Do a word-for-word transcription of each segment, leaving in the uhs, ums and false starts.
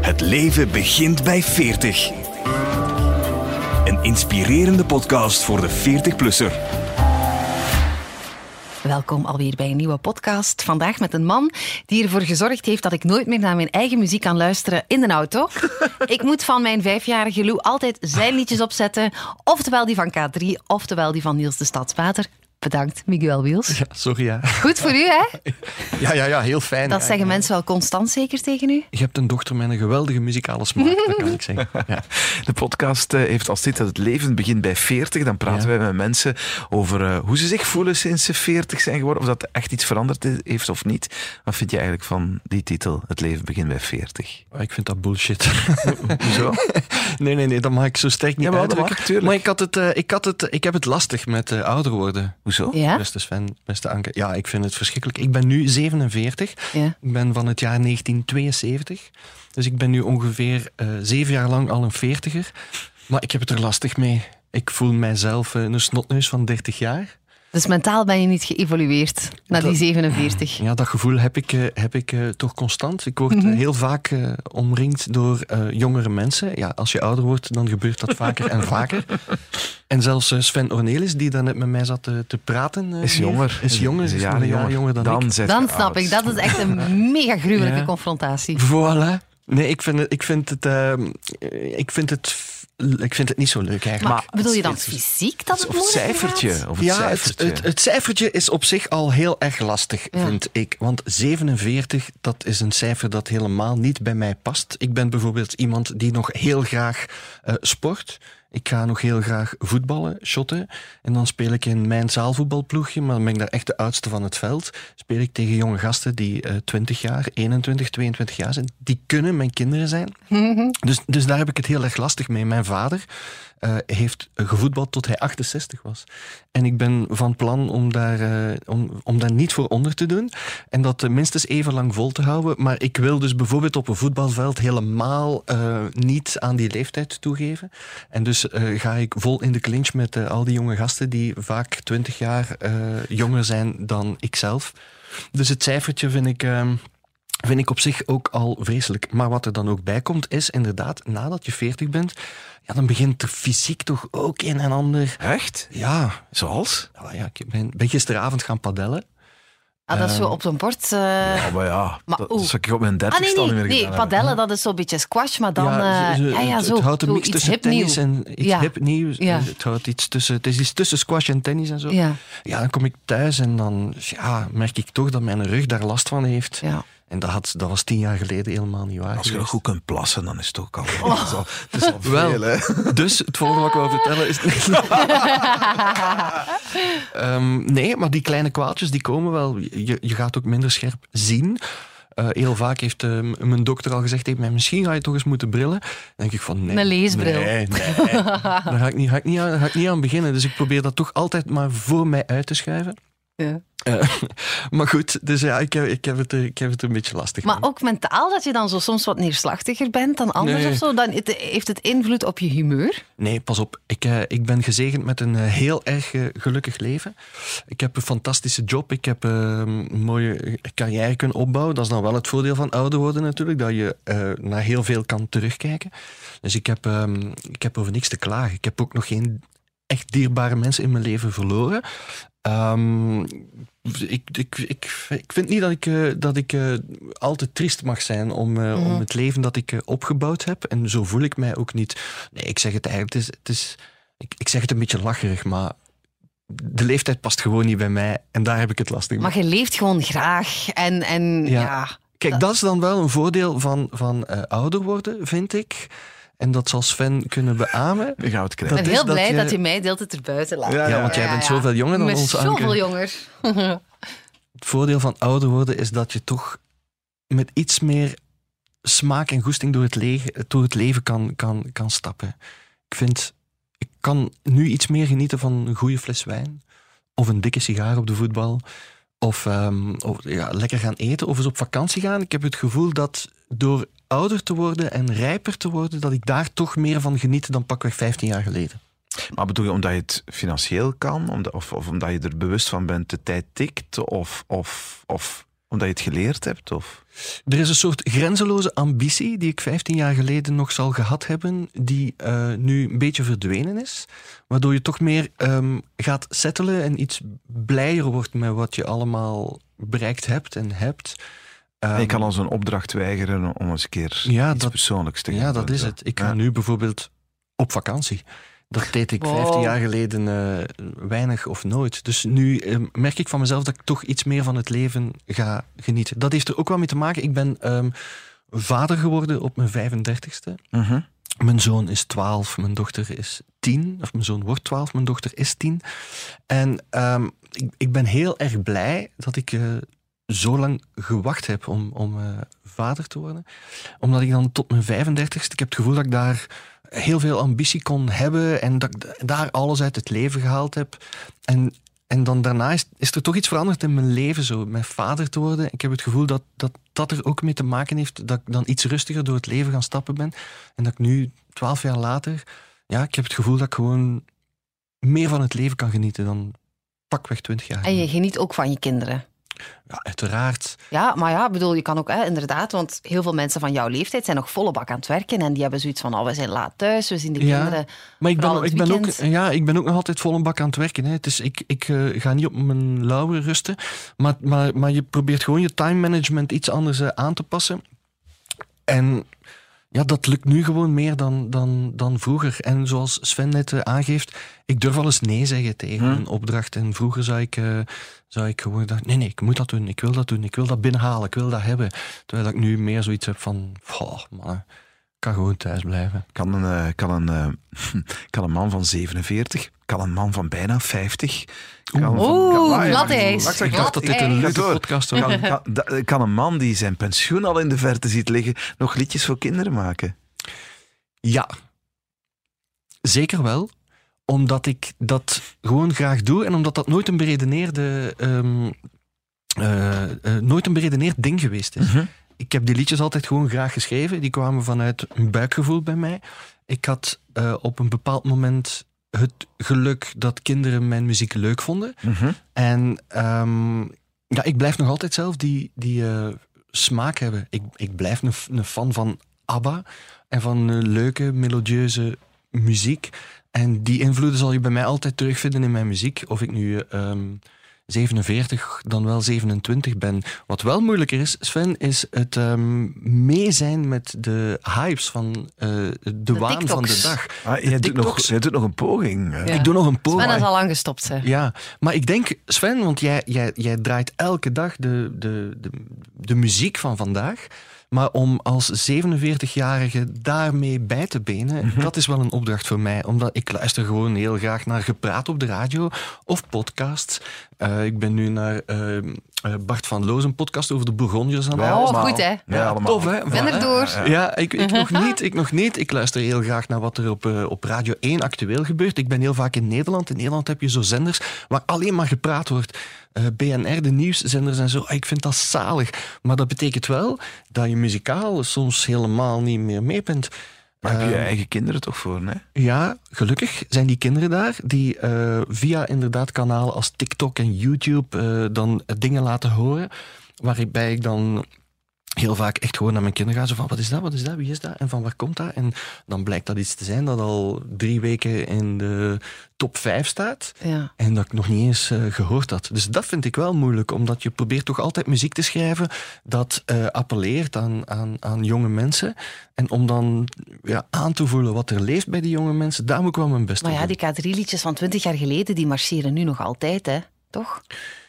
Het leven begint bij veertig. Een inspirerende podcast voor de veertig-plusser. Welkom alweer bij een nieuwe podcast. Vandaag met een man die ervoor gezorgd heeft dat ik nooit meer naar mijn eigen muziek kan luisteren in de auto. Ik moet van mijn vijfjarige Lou altijd zijn liedjes opzetten. Oftewel die van K drie, oftewel die van Niels de Stadsbader. Bedankt, Miguel Wiels. Ja, sorry, ja. Goed voor u, hè? Ja, ja, ja, heel fijn. Dat ja, zeggen ja. mensen wel constant zeker tegen u? Je hebt een dochter met een geweldige muzikale smaak, dat kan ik zeggen. Ja. De podcast uh, heeft als titel Het leven begint bij veertig. Dan praten Ja. wij met mensen over uh, hoe ze zich voelen sinds ze veertig zijn geworden. Of dat echt iets veranderd heeft of niet. Wat vind je eigenlijk van die titel, Het leven begint bij veertig? Ik vind dat bullshit. Hoezo? Nee, nee, nee, dat mag ik zo sterk niet Ja, maar dat uitdrukken. mag, tuurlijk. Maar ik, had het, uh, ik, had het, ik heb het lastig met uh, ouder worden. Hoezo? Ja? Beste Sven, beste Anke. Ja, ik vind het verschrikkelijk. Ik ben nu zevenenveertig. Ja. Ik ben van het jaar negentien tweeënzeventig. Dus ik ben nu ongeveer uh, zeven jaar lang al een veertiger. Maar ik heb het er lastig mee. Ik voel mijzelf uh, een snotneus van dertig jaar. Dus mentaal ben je niet geëvolueerd naar die Dat- zevenenveertig. Ja, dat gevoel heb ik, uh, heb ik uh, toch constant. Ik word uh, heel vaak uh, omringd door uh, jongere mensen. Ja, als je ouder wordt, dan gebeurt dat vaker en vaker. En zelfs uh, Sven Ornelis, die daarnet met mij zat te, te praten... Uh, Is hier, jonger. Is jonger, is, een nog jaar een jaar jonger. jonger dan, Dan ik. zet Dan je snap oud. ik, dat is echt een mega gruwelijke Ja. confrontatie. Voilà. Nee, ik vind het, ik vind het, uh, ik vind het, ik vind het niet zo leuk eigenlijk. Maar bedoel je dan het- fysiek dat het Of het moeilijker cijfertje. gaat? Of het ja, het, cijfertje. het, het cijfertje is op zich al heel erg lastig, Ja. vind ik. Want zevenenveertig, dat is een cijfer dat helemaal niet bij mij past. Ik ben bijvoorbeeld iemand die nog heel graag uh, sport. Ik ga nog heel graag voetballen, shotten. En dan speel ik in mijn zaalvoetbalploegje, maar dan ben ik daar echt de oudste van het veld. Speel ik tegen jonge gasten die uh, twintig jaar, eenentwintig, tweeëntwintig jaar zijn. Die kunnen mijn kinderen zijn. Dus, dus daar heb ik het heel erg lastig mee. Mijn vader uh, heeft gevoetbald tot hij achtenzestig was. En ik ben van plan om daar, uh, om, om daar niet voor onder te doen. En dat uh, minstens even lang vol te houden. Maar ik wil dus bijvoorbeeld op een voetbalveld helemaal uh, niet aan die leeftijd toegeven. En dus uh, ga ik vol in de clinch met uh, al die jonge gasten die vaak twintig jaar uh, jonger zijn dan ikzelf. Dus het cijfertje vind ik... Uh, vind ik op zich ook al vreselijk. Maar wat er dan ook bij komt, is inderdaad, nadat je veertig bent, ja, dan begint er fysiek toch ook een en ander... Echt? Ja, Zoals? ja, ja ik ben, ben gisteravond gaan padellen. Ah, dat is zo op zo'n bord. uh, Ja, maar ja. Maar dat oeh. zou ik op mijn Ah, dertig nee, stal niet nee, meer nee. gedaan hebben. Padellen, dat is zo'n beetje squash, maar dan... ja, eh, ze- ze- ja, ja, het, zo. het houdt een Zo mix iets tussen hipnieuw. tennis en iets Ja. hipnieuw. Ja. Het, houdt iets tussen, het is iets tussen squash en tennis en zo. Ja, Ja, dan kom ik thuis en dan ja, merk ik toch dat mijn rug daar last van heeft. ja. En dat, had, dat was tien jaar geleden helemaal niet waar. Als je nog geweest. goed kunt plassen, dan is het ook al... Het is al, het is al Wel. veel, hè. Dus het volgende wat ik wou vertellen is... um, nee, maar die kleine kwaaltjes die komen wel. Je, je gaat ook minder scherp zien. Uh, heel vaak heeft uh, m- mijn dokter al gezegd tegen mij, misschien ga je toch eens moeten brillen. Dan denk ik van nee. Een leesbril. Nee, nee. Daar ga ik, niet, ga, ik niet aan, ga ik niet aan beginnen. Dus ik probeer dat toch altijd maar voor mij uit te schuiven. Ja. Uh, maar goed, dus ja, ik heb, ik, heb het, ik heb het een beetje lastig. Maar mee. ook mentaal, dat je dan zo soms wat neerslachtiger bent dan anders Nee. of zo, dan het- heeft het invloed op je humeur? Nee, pas op. Ik, uh, ik ben gezegend met een uh, heel erg uh, gelukkig leven. Ik heb een fantastische job. Ik heb uh, een mooie carrière kunnen opbouwen. Dat is dan wel het voordeel van ouder worden natuurlijk, dat je uh, naar heel veel kan terugkijken. Dus ik heb, um, ik heb over niks te klagen. Ik heb ook nog geen echt dierbare mensen in mijn leven verloren. Um, ik, ik, ik, ik vind niet dat ik, uh, dat ik uh, al te triest mag zijn om, uh, Mm-hmm. om het leven dat ik uh, opgebouwd heb. En zo voel ik mij ook niet. Nee, ik zeg het eigenlijk, het is, het is, ik, ik zeg het een beetje lacherig, maar de leeftijd past gewoon niet bij mij. En daar heb ik het lastig mee. Maar je leeft gewoon graag en, en ja... Ja. Kijk, dat is dan wel een voordeel van, van uh, ouder worden, vind ik. En dat zal Sven kunnen beamen. Nu gaan we het Ik krijgen. ben dat heel is dat blij je- dat je mij deelt het erbuiten laat. Ja, Ja, want jij bent zoveel jonger dan Met onze Anke. zoveel jonger. Het voordeel van ouder worden is dat je toch met iets meer smaak en goesting door het, le- door het leven kan, kan, kan stappen. Ik vind, ik kan nu iets meer genieten van een goede fles wijn. Of een dikke sigaar op de voetbal. Of, um, of ja, lekker gaan eten. Of eens op vakantie gaan. Ik heb het gevoel dat door ouder te worden en rijper te worden, dat ik daar toch meer van geniet dan pakweg vijftien jaar geleden. Maar bedoel je omdat je het financieel kan? Omdat, of, of omdat je er bewust van bent, de tijd tikt? Of, of, of Omdat je het geleerd hebt? Of? Er is een soort grenzeloze ambitie die ik vijftien jaar geleden nog zal gehad hebben, die uh, nu een beetje verdwenen is. Waardoor je toch meer um, gaat settelen en iets blijer wordt met wat je allemaal bereikt hebt en hebt. Um, en je kan ons een opdracht weigeren om eens een keer ja, iets dat, persoonlijks te gaan Ja, dat doen. is het. Ik ga ja. nu bijvoorbeeld op vakantie. Dat deed ik wow. vijftien jaar geleden uh, weinig of nooit. Dus nu uh, merk ik van mezelf dat ik toch iets meer van het leven ga genieten. Dat heeft er ook wel mee te maken. Ik ben um, vader geworden op mijn vijfendertigste. Uh-huh. Mijn zoon is twaalf, mijn dochter is tien. Of mijn zoon wordt twaalf, mijn dochter is tien. En um, ik, ik ben heel erg blij dat ik uh, zo lang gewacht heb om, om uh, vader te worden. Omdat ik dan tot mijn vijfendertigste, ik heb het gevoel dat ik daar heel veel ambitie kon hebben en dat ik daar alles uit het leven gehaald heb. En, en dan daarna is, is er toch iets veranderd in mijn leven, zo, met vader te worden. Ik heb het gevoel dat, dat dat er ook mee te maken heeft dat ik dan iets rustiger door het leven gaan stappen ben. En dat ik nu, twaalf jaar later, ja, ik heb het gevoel dat ik gewoon meer van het leven kan genieten dan pakweg twintig jaar. En je geniet ook van je kinderen. Ja, uiteraard. Ja, maar ja, bedoel, je kan ook, hè, inderdaad, want heel veel mensen van jouw leeftijd zijn nog volle bak aan het werken en die hebben zoiets van, oh, we zijn laat thuis, we zien de Ja, kinderen maar ik ben, vooral ik, het ben ook, weekend. ja, ik ben ook nog altijd vol een bak aan het werken. Hè. Het is, ik ik uh, ga niet op mijn lauwen rusten, maar, maar, maar je probeert gewoon je time management iets anders uh, aan te passen. En ja, dat lukt nu gewoon meer dan, dan, dan vroeger. En zoals Sven net uh, aangeeft, ik durf wel eens nee zeggen tegen Hm. een opdracht. En vroeger zou ik, uh, zou ik gewoon dachten, nee, nee, ik moet dat doen, ik wil dat doen, ik wil dat binnenhalen, ik wil dat hebben. Terwijl ik nu meer zoiets heb van, oh, man, ik kan gewoon thuis blijven. Kan een, uh, kan, een, uh, kan een man van zevenenveertig, kan een man van bijna vijftig... Kan van- Oeh, kan- ah, ja, glad ijs. wacht, wacht, Ik dacht dat dit een Glad leuke ijs. podcast was. Kan, kan, da- kan een man die zijn pensioen al in de verte ziet liggen nog liedjes voor kinderen maken? Ja, zeker wel. Omdat ik dat gewoon graag doe en omdat dat nooit een beredeneerde, um, uh, uh, nooit een beredeneerd ding geweest is. Uh-huh. Ik heb die liedjes altijd gewoon graag geschreven. Die kwamen vanuit een buikgevoel bij mij. Ik had uh, op een bepaald moment het geluk dat kinderen mijn muziek leuk vonden. Uh-huh. En um, ja, ik blijf nog altijd zelf die, die uh, smaak hebben. Ik, ik blijf een, een fan van ABBA en van uh, leuke, melodieuze muziek. En die invloeden zal je bij mij altijd terugvinden in mijn muziek. Of ik nu um, zevenenveertig, dan wel zevenentwintig ben. Wat wel moeilijker is, Sven, is het um, mee zijn met de hypes van uh, de, de waan TikToks. van de dag. Ah, jij, doet nog, jij doet nog een poging. Ja. Ik doe nog een poging. Sven is al lang gestopt, hè. Ja, maar ik denk, Sven, want jij, jij, jij draait elke dag de, de, de, de muziek van vandaag. Maar om als zevenenveertigjarige daarmee bij te benen, Mm-hmm. dat is wel een opdracht voor mij. Omdat ik luister gewoon heel graag naar gepraat op de radio of podcasts. Uh, ik ben nu naar uh, uh, Bart van Loos, een podcast over de Bourgondiërs aan het Wij Oh, allemaal. goed, hè. Wij Ja, allemaal. tof, hè? Ben er door. Ja, ik, ik nog niet, ik nog niet. Ik luister heel graag naar wat er op, uh, op Radio één actueel gebeurt. Ik ben heel vaak in Nederland. In Nederland heb je zo zenders waar alleen maar gepraat wordt. Uh, B N R, de nieuwszenders en zo. Ik vind dat zalig. Maar dat betekent wel dat je muzikaal soms helemaal niet meer mee bent. Maar heb je je Uh, eigen kinderen toch voor, hè? Ja, gelukkig zijn die kinderen daar die uh, via inderdaad kanalen als TikTok en YouTube uh, dan dingen laten horen, waarbij ik dan heel vaak echt gewoon naar mijn kinderen ga, zo van wat is dat, wat is dat, wie is dat en van waar komt dat? En dan blijkt dat iets te zijn dat al drie weken in de top vijf staat Ja. en dat ik nog niet eens uh, gehoord had. Dus dat vind ik wel moeilijk, omdat je probeert toch altijd muziek te schrijven dat uh, appelleert aan, aan, aan jonge mensen. En om dan ja, aan te voelen wat er leeft bij die jonge mensen, daar moet ik wel mijn best Maar op ja, doen. die K drie liedjes van twintig jaar geleden, die marcheren nu nog altijd, hè. Toch?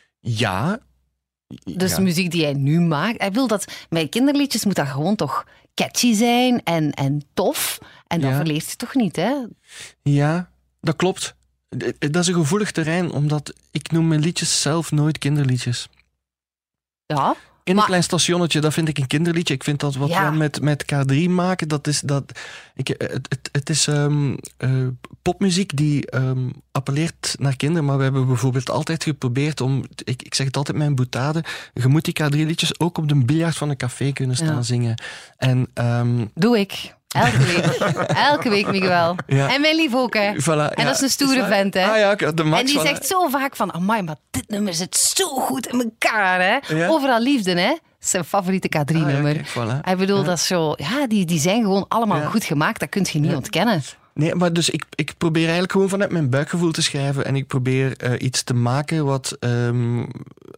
Ja. Dus ja. de muziek die jij nu maakt... Ik bedoel, dat, met kinderliedjes moet dat gewoon toch catchy zijn en, en tof. En dat Ja. verleert je toch niet, hè? Ja, dat klopt. Dat is een gevoelig terrein, omdat ik noem mijn liedjes zelf nooit kinderliedjes. Ja. In een Maar- klein stationnetje, dat vind ik een kinderliedje. Ik vind dat wat Ja. we met, met K drie maken, dat is, dat, ik, het, het, het is um, uh, popmuziek die um, appelleert naar kinderen, maar we hebben bijvoorbeeld altijd geprobeerd om, ik, ik zeg het altijd mijn boutade, je moet die K drie liedjes ook op de biljart van een café kunnen staan Ja. zingen. En um, Doe ik. Elke week. Elke week, Miguel. Ja. En mijn lief ook, hè. Voilà, En ja. dat is een stoere vent, hè. Ah ja, de Max. En die voilà. zegt zo vaak van, amai, maar dit nummer zit zo goed in elkaar, hè. Ja. Overal liefde, hè. Dat is zijn favoriete K drie nummer. Ah, ja, kijk, voilà. Ik bedoel, Ja. dat is zo... Ja, die, die zijn gewoon allemaal Ja. goed gemaakt. Dat kun je niet Ja. ontkennen. Nee, maar dus ik, ik probeer eigenlijk gewoon vanuit mijn buikgevoel te schrijven. En ik probeer uh, iets te maken wat, um,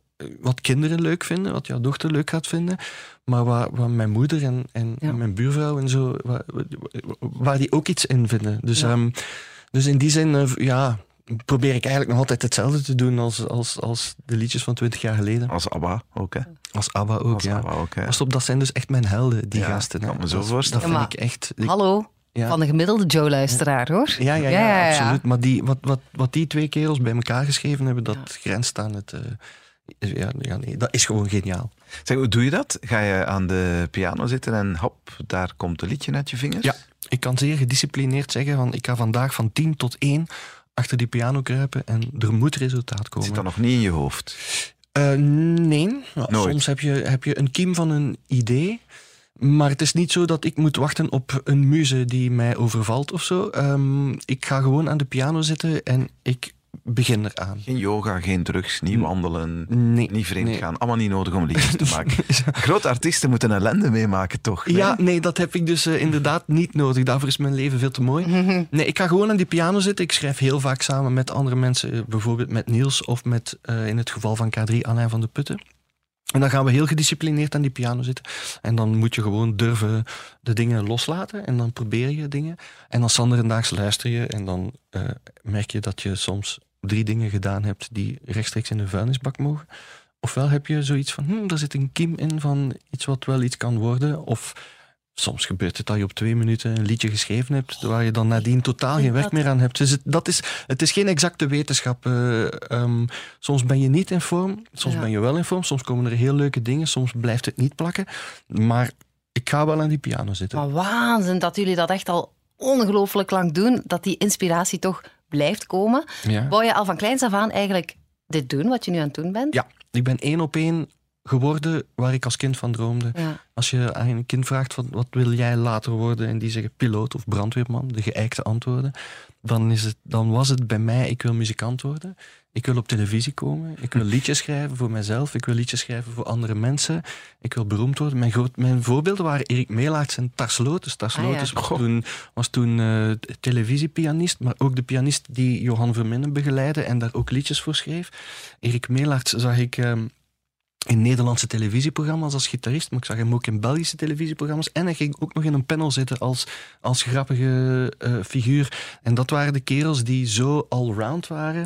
wat kinderen leuk vinden, wat jouw dochter leuk gaat vinden. Maar waar, waar mijn moeder en, en Ja. mijn buurvrouw en zo, waar, waar die ook iets in vinden. Dus, Ja. um, dus in die zin, uh, ja, probeer ik eigenlijk nog altijd hetzelfde te doen als, als, als de liedjes van twintig jaar geleden. Als ABBA ook, hè? Als ABBA ook, Als ja. ABBA ook, hè? Pas op, dat zijn dus echt mijn helden, die Ja, gasten. kan hè. me zo Dat- voorstellen. Dat Ja, vind maar- ik echt... ik- Hallo, ja. van de gemiddelde Joe-luisteraar, hoor. Ja, ja, ja, Ja, ja, ja. absoluut. Maar die, wat, wat, wat die twee kerels bij elkaar geschreven hebben, dat Ja. grenst aan het... Uh, ja, ja, nee, dat is gewoon geniaal. Zeg, hoe doe je dat? Ga je aan de piano zitten en hop, daar komt een liedje uit je vingers? Ja. Ik kan zeer gedisciplineerd zeggen, van, ik ga vandaag van tien tot één achter die piano kruipen en er moet resultaat komen. Zit dat nog niet in je hoofd? Uh, nee. Ja, Nooit. soms heb je, heb je een kiem van een idee. Maar het is niet zo dat ik moet wachten op een muze die mij overvalt of zo. Um, ik ga gewoon aan de piano zitten en ik begin eraan. Geen yoga, geen drugs, niet wandelen, Nee. niet vreemd nee. gaan. Allemaal niet nodig om liedjes te maken. Grote artiesten moeten ellende meemaken, toch? Nee? Ja, nee, dat heb ik dus uh, inderdaad niet nodig. Daarvoor is mijn leven veel te mooi. Nee, ik ga gewoon aan die piano zitten. Ik schrijf heel vaak samen met andere mensen. uh, Bijvoorbeeld met Niels of met, uh, in het geval van K drie, Alain van de Putten. En dan gaan we heel gedisciplineerd aan die piano zitten. En dan moet je gewoon durven de dingen loslaten. En dan probeer je dingen. En dan sanderendaags luister je. En dan uh, merk je dat je soms drie dingen gedaan hebt die rechtstreeks in de vuilnisbak mogen. Ofwel heb je zoiets van, hm, daar zit een kiem in van iets wat wel iets kan worden. Of soms gebeurt het dat je op twee minuten een liedje geschreven hebt, waar je dan nadien totaal geen werk meer aan hebt. Dus het, dat is, het is geen exacte wetenschap. Uh, um, soms ben je niet in vorm, soms Ja. ben je wel in vorm, soms komen er heel leuke dingen, soms blijft het niet plakken. Maar ik ga wel aan die piano zitten. Maar waanzin dat jullie dat echt al ongelooflijk lang doen, dat die inspiratie toch blijft komen. Ja. Wou je al van kleins af aan eigenlijk dit doen, wat je nu aan het doen bent? Ja, ik ben één op één geworden waar ik als kind van droomde. Ja. Als je aan een kind vraagt, wat, wat wil jij later worden? En die zeggen piloot of brandweerman, de geëikte antwoorden. Dan, is het, dan was het bij mij, ik wil muzikant worden. Ik wil op televisie komen. Ik wil liedjes schrijven voor mezelf. Ik wil liedjes schrijven voor andere mensen. Ik wil beroemd worden. Mijn, groot, mijn voorbeelden waren Erik Meelaerts en Tars Lotus. Tars Ah, ja. Lotus was toen, was toen uh, televisiepianist, maar ook de pianist die Johan Verminnen begeleidde en daar ook liedjes voor schreef. Erik Meelaerts zag ik... Um, in Nederlandse televisieprogramma's als gitarist, maar ik zag hem ook in Belgische televisieprogramma's. En hij ging ook nog in een panel zitten als, als grappige uh, figuur. En dat waren de kerels die zo allround waren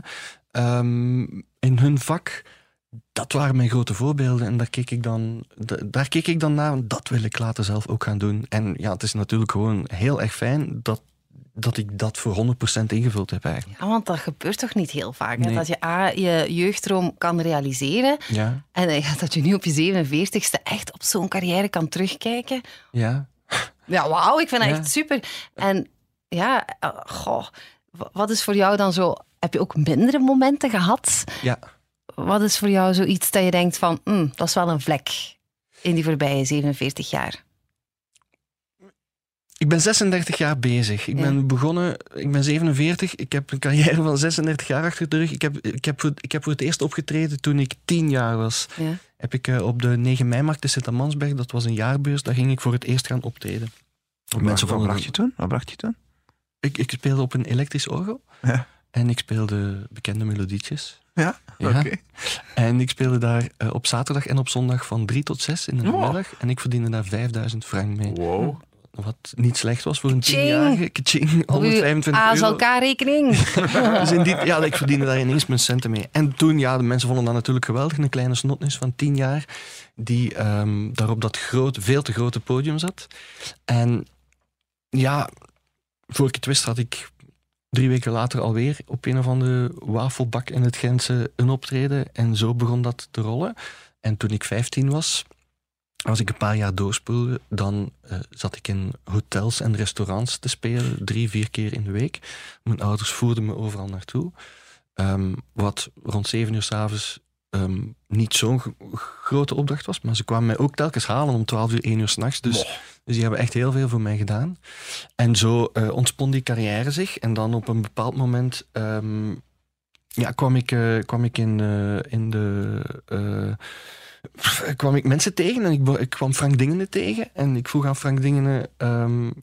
um, in hun vak. Dat waren mijn grote voorbeelden. En daar keek ik dan, daar keek ik dan naar. Dat wil ik later zelf ook gaan doen. En ja, het is natuurlijk gewoon heel erg fijn dat dat ik dat voor honderd procent ingevuld heb eigenlijk. Ja, want dat gebeurt toch niet heel vaak. Hè? Nee. Dat je A, je jeugdroom kan realiseren Ja, en ja, dat je nu op je zevenenveertigste echt op zo'n carrière kan terugkijken. ja. Ja, wauw, ik vind dat Ja. echt super. En ja, uh, goh, w- wat is voor jou dan zo... Heb je ook mindere momenten gehad? Ja. Wat is voor jou zoiets dat je denkt van, mm, dat is wel een vlek in die voorbije zevenenveertig jaar? Ik ben zesendertig jaar bezig. Ik Ja. ben begonnen, ik ben zevenenveertig. Ik heb een carrière van zesendertig jaar achter de rug. Ik heb, ik heb, voor, ik heb voor het eerst opgetreden toen ik tien jaar was. Ja. Heb ik uh, op de negen mei-markt in Sint-Amansberg, dat was een jaarbeurs, daar ging ik voor het eerst gaan optreden. Wat, Mensen wat vonden bracht je toen? Wat bracht je toen? Ik, ik speelde op een elektrisch orgel. Ja. En ik speelde bekende melodietjes. Ja, Ja. oké. En ik speelde daar uh, op zaterdag en op zondag van drie tot zes in de Oh. middag. En ik verdiende daar vijfduizend frank mee. Wow. Wat niet slecht was voor een Ka-ching! tienjarige. Ka-ching, Op uw honderdvijfentwintig euro. A S L-rekening. Dus in die, ja, ik verdiende daar ineens mijn centen mee. En toen, ja, de mensen vonden dat natuurlijk geweldig. Een kleine snotneus van tien jaar, die um, daar op dat grote, veel te grote podium zat. En ja, voor ik het wist had ik drie weken later alweer op een of andere wafelbak in het Gentse een optreden. En zo begon dat te rollen. En toen ik vijftien was, als ik een paar jaar doorspoelde, dan uh, zat ik in hotels en restaurants te spelen, drie, vier keer in de week. Mijn ouders voerden me overal naartoe. Um, wat rond zeven uur 's avonds um, niet zo'n g- grote opdracht was, maar ze kwamen mij ook telkens halen om twaalf uur, één uur 's nachts. Dus Dus die hebben echt heel veel voor mij gedaan. En zo uh, ontspon die carrière zich. En dan op een bepaald moment um, ja, kwam, ik, uh, kwam ik in, uh, in de... Uh, kwam ik mensen tegen en ik, ik kwam Frank Dingene tegen. En ik vroeg aan Frank Dingene... Um,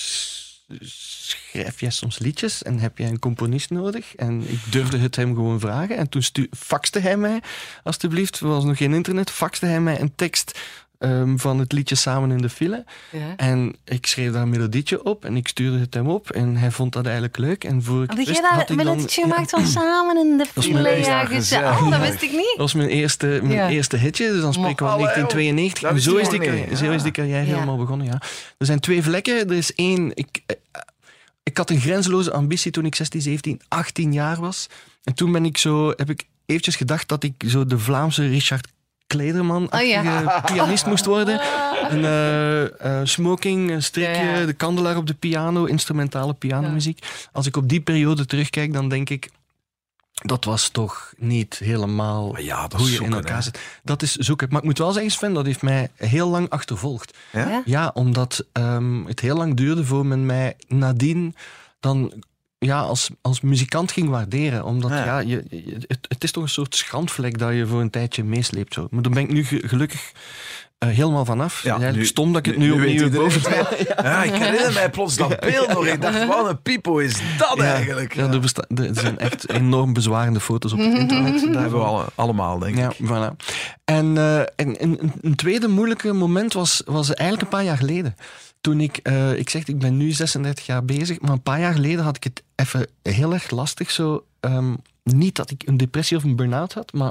schrijf jij soms liedjes en heb jij een componist nodig? En ik durfde het hem gewoon vragen. En toen stu- faxte hij mij, alstublieft, er was nog geen internet, faxte hij mij een tekst um, van het liedje Samen in de File. Ja. En ik schreef daar een melodietje op en ik stuurde het hem op en hij vond dat eigenlijk leuk. En voor ik had wist, jij had een melodietje dan, gemaakt ja, van Samen in de File? Ja, gezellig. Oh, dat wist ik niet. Dat was mijn eerste, mijn ja. eerste hitje, dus dan spreken we van negentien tweeënnegentig. En zo is, die, ja. zo is die carrière ja. helemaal begonnen, ja. Er zijn twee vlekken. Er is één... Ik, Ik had een grenzeloze ambitie toen ik zestien, zeventien, achttien jaar was. En toen ben ik zo, heb ik eventjes gedacht dat ik zo de Vlaamse Richard Klederman-achtige oh, ja. pianist moest worden. Een uh, uh, smoking, een strikje, ja, ja. de kandelaar op de piano, instrumentale pianomuziek. Ja. Als ik op die periode terugkijk, dan denk ik... Dat was toch niet helemaal ja, hoe je zoeken, in elkaar zit. Dat is zoeken. Maar ik moet wel zeggen, Sven, dat heeft mij heel lang achtervolgd. Ja, ja omdat um, het heel lang duurde voor men mij nadien dan ja, als, als muzikant ging waarderen. Omdat ja. Ja, je, je, het, het is toch een soort schandvlek dat je voor een tijdje meesleept. Zo. Maar dan ben ik nu ge, gelukkig... Uh, helemaal vanaf. Ja, eigenlijk nu, stom dat ik het nu, nu opnieuw boven ja. ja, ik herinner mij plots dat beeld nog. Ik dacht, wat een pipo is dat ja, eigenlijk? Ja, er, besta- er zijn echt enorm bezwarende foto's op het internet. Dat hebben we alle, allemaal, denk ik. Ja, voilà. En, uh, en, en een tweede moeilijke moment was, was eigenlijk een paar jaar geleden. Toen ik, uh, ik zeg, ik ben nu zesendertig jaar bezig, maar een paar jaar geleden had ik het even heel erg lastig. Zo, um, niet dat ik een depressie of een burn-out had, maar...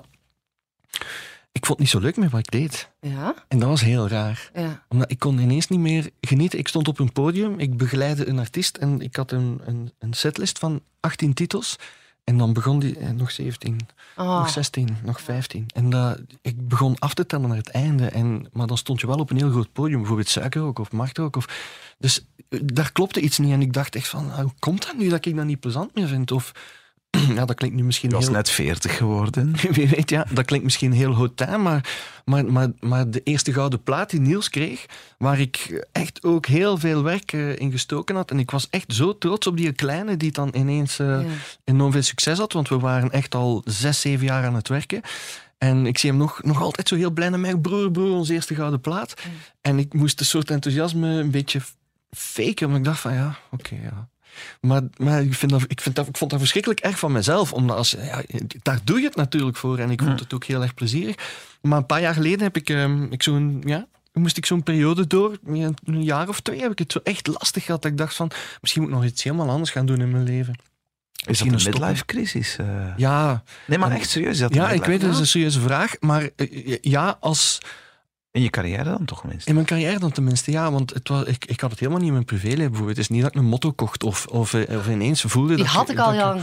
Ik vond het niet zo leuk met wat ik deed. Ja? En dat was heel raar. Ja. Omdat ik kon ineens niet meer genieten. Ik stond op een podium, ik begeleidde een artiest en ik had een, een, een setlist van achttien titels. En dan begon die, eh, nog zeventien, oh. nog zestien, nog vijftien. En dat, ik begon af te tellen naar het einde. En, maar dan stond je wel op een heel groot podium, bijvoorbeeld Suikerrook of Marktrook. Of, dus daar klopte iets niet. En ik dacht echt van, hoe komt dat nu dat ik dat niet plezant meer vind? Of... Ja, dat klinkt nu misschien heel... Je was heel... net veertig geworden. Wie weet, ja. Dat klinkt misschien heel hautain, maar, maar, maar, maar de eerste gouden plaat die Niels kreeg, waar ik echt ook heel veel werk uh, in gestoken had. En ik was echt zo trots op die kleine die dan ineens uh, ja. enorm veel succes had, want we waren echt al zes, zeven jaar aan het werken. En ik zie hem nog, nog altijd zo heel blij naar mij. Broer, broer, onze eerste gouden plaat. Ja. En ik moest een soort enthousiasme een beetje faken, maar ik dacht van ja, oké, okay, ja. Maar, maar ik, vind dat, ik, vind dat, ik vond dat verschrikkelijk erg van mezelf. Omdat als, ja, daar doe je het natuurlijk voor. En ik vond het ook heel erg plezierig. Maar een paar jaar geleden heb ik, um, ik zo'n, ja, moest ik zo'n periode door. Een jaar of twee heb ik het zo echt lastig gehad. Dat ik dacht van, misschien moet ik nog iets helemaal anders gaan doen in mijn leven. Is dat een midlife-crisis? Uh... Ja. Nee, maar echt serieus. Is dat ja, ik weet, dat is een serieuze vraag. Maar uh, ja, als... In je carrière dan toch tenminste? In mijn carrière dan tenminste, ja. Want het was, ik, ik had het helemaal niet in mijn privéleven bijvoorbeeld. Het is niet dat ik een motto kocht of, of, of ineens voelde... Die dat had ik, ik al lang.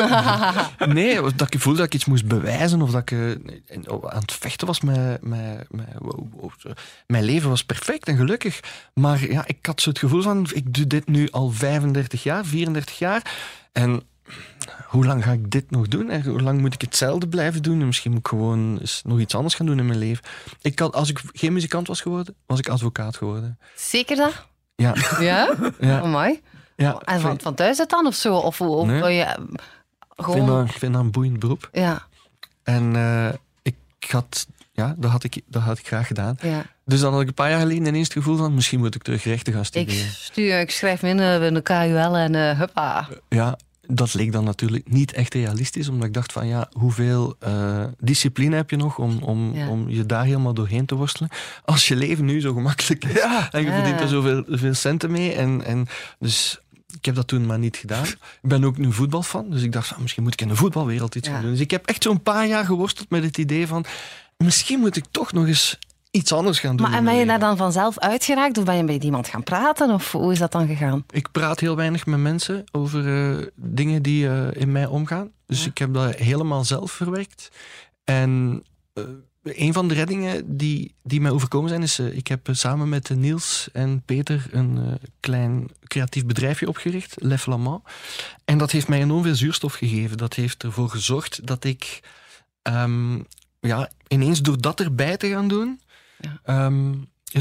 Ik, nee, dat ik voelde dat ik iets moest bewijzen of dat ik uh, aan het vechten was met... met, met wow, wow, mijn leven was perfect en gelukkig. Maar ja, ik had zo het gevoel van... Ik doe dit nu al vijfendertig jaar, vierendertig jaar. En... Hoe lang ga ik dit nog doen? En hoe lang moet ik hetzelfde blijven doen? En misschien moet ik gewoon eens nog iets anders gaan doen in mijn leven. Ik had, als ik geen muzikant was geworden, was ik advocaat geworden. Zeker dat? Ja. Ja? Ja. Oh, mooi. Ja. En van, van thuis uit dan of zo? Of, of nee. je, gewoon... ik, vind dat, ik vind dat een boeiend beroep. Ja. En uh, ik had... Ja, dat had ik, dat had ik graag gedaan. Ja. Dus dan had ik een paar jaar geleden ineens het gevoel van... Misschien moet ik terug rechten gaan studeren. Ik, stuur, ik schrijf me in uh, in de K U L en uh, huppa. Ja. Dat leek dan natuurlijk niet echt realistisch, omdat ik dacht van ja, hoeveel uh, discipline heb je nog om, om, ja. om je daar helemaal doorheen te worstelen? Als je leven nu zo gemakkelijk is ja. en je ja. verdient er zoveel veel centen mee. En, en dus ik heb dat toen maar niet gedaan. Ik ben ook nu voetbalfan, dus ik dacht van misschien moet ik in de voetbalwereld iets ja. gaan doen. Dus ik heb echt zo'n paar jaar geworsteld met het idee van misschien moet ik toch nog eens iets anders gaan doen. Maar en ben je daar dan vanzelf uitgeraakt of ben je met iemand gaan praten of hoe is dat dan gegaan? Ik praat heel weinig met mensen over uh, dingen die uh, in mij omgaan. Dus ja. ik heb dat helemaal zelf verwerkt. En uh, een van de reddingen die, die mij overkomen zijn is... Uh, ik heb uh, samen met uh, Niels en Peter een uh, klein creatief bedrijfje opgericht, Le Flamand. En dat heeft mij enorm veel zuurstof gegeven. Dat heeft ervoor gezorgd dat ik... Um, ja, ineens door dat erbij te gaan doen... Ja. Um, het, het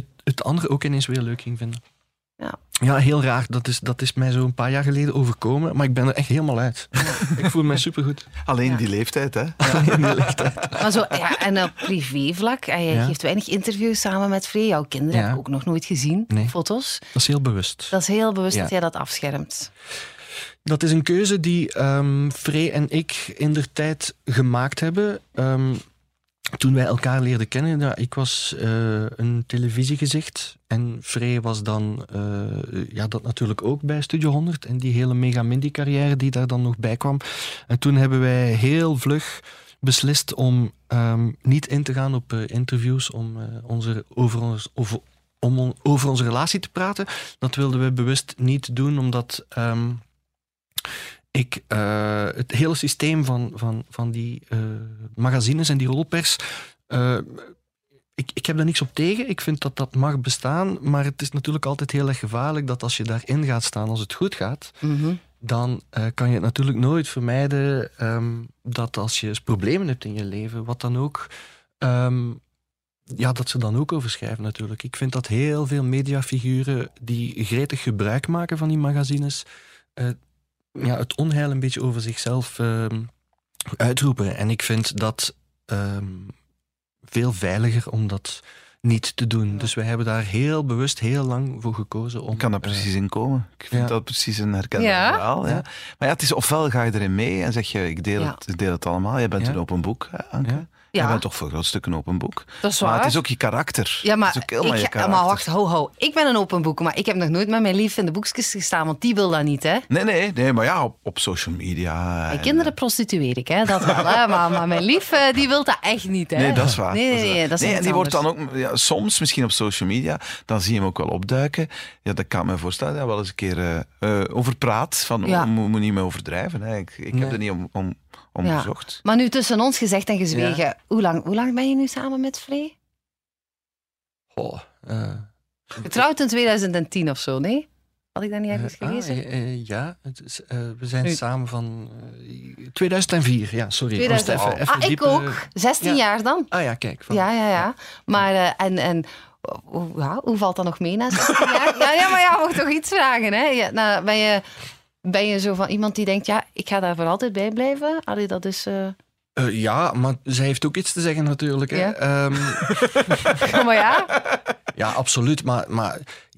andere ook ineens weer leuk ging vinden. Ja. Ja, heel raar. Dat is, dat is mij zo een paar jaar geleden overkomen. Maar ik ben er echt helemaal uit. Ja. Ik voel mij supergoed. Alleen Ja. die leeftijd, hè? Ja, in die leeftijd. Maar zo, ja, en op privévlak, en je Ja. geeft weinig interviews samen met Free. Jouw kinderen Ja. heb ik ook nog nooit gezien, Nee. foto's. Dat is heel bewust. Dat is heel bewust Ja. dat jij dat afschermt. Dat is een keuze die um, Free en ik indertijd gemaakt hebben. Um, toen wij elkaar leerden kennen, ja, ik was uh, een televisiegezicht en Free was dan uh, ja, dat natuurlijk ook bij Studio honderd en die hele Mega Mindy carrière die daar dan nog bij kwam. En toen hebben wij heel vlug beslist om um, niet in te gaan op uh, interviews om, uh, onze, over, ons, over, om on, over onze relatie te praten. Dat wilden we bewust niet doen, omdat um, ik uh, het hele systeem van, van, van die uh, magazines en die rolpers... Uh, ik, ik heb daar niks op tegen. Ik vind dat dat mag bestaan. Maar het is natuurlijk altijd heel erg gevaarlijk dat als je daarin gaat staan, als het goed gaat, Mm-hmm. dan uh, kan je het natuurlijk nooit vermijden um, dat als je problemen hebt in je leven, wat dan ook... Um, ja, dat ze dan ook over schrijven natuurlijk. Ik vind dat heel veel mediafiguren die gretig gebruik maken van die magazines... Uh, ja, het onheil een beetje over zichzelf uh, uitroepen. En ik vind dat um, veel veiliger om dat niet te doen. Dus wij hebben daar heel bewust heel lang voor gekozen om... Ik kan daar precies uh, in komen. Ik vind ja. dat precies een herkenbaar Ja. verhaal. Ja. Ja. Maar ja, het is ofwel ga je erin mee en zeg je, ik deel, Ja. het, ik deel het allemaal. Jij bent Ja. een open boek, hè, Anke? Ja. Ja. Jij bent toch voor een groot stuk een open boek. Dat is Maar waar. het is ook je karakter. Ja, maar, het is ook helemaal ik, je ga- karakter. maar wacht, ho, ho. Ik ben een open boek, maar ik heb nog nooit met mijn lief in de boekjes gestaan, want die wil dat niet, hè. Nee, nee, nee, maar ja, op, op social media. Mijn en, kinderen prostitueer ik, hè, dat wel. Hè. Maar, maar mijn lief, eh, die wil dat echt niet, hè. Nee, dat is waar. Nee, nee, dat is nee, waar. dat is nee, en iets die wordt dan anders. ook, ja, soms misschien op social media, dan zie je hem ook wel opduiken. Ja, dat kan ik me voorstellen, ja, wel eens een keer uh, uh, over praat. Van, Ja. oh, moet, moet niet meer overdrijven. Hè. Ik, ik Nee. heb er niet om, om, om Ja. gezocht. Maar nu tussen ons gezegd en gezwegen, Ja. hoe, lang, hoe lang ben je nu samen met Free? Oh, uh, Getrouwd in tweeduizend tien of zo, nee? Had ik dat niet ergens uh, gelezen? ah, uh, ja, het is, uh, we zijn Nu. samen van uh, tweeduizend vier. Ja, sorry. tweeduizend Ik moest even, even ah, ik dieper- ook. zestien ja. jaar dan. Ah ja, kijk. Van, Ja, ja, ja. Maar, uh, en, en hoe, ja, hoe valt dat nog mee na zestien jaar? Ja, ja, maar ja, mag toch iets vragen, hè? Ja, nou, ben, je, ben je zo van iemand die denkt, ja, ik ga daar voor altijd bij blijven? Allee, dat is... Uh... Uh, ja, maar zij heeft ook iets te zeggen natuurlijk. Hè. Ja. Um, maar ja... ja, absoluut. Maar, maar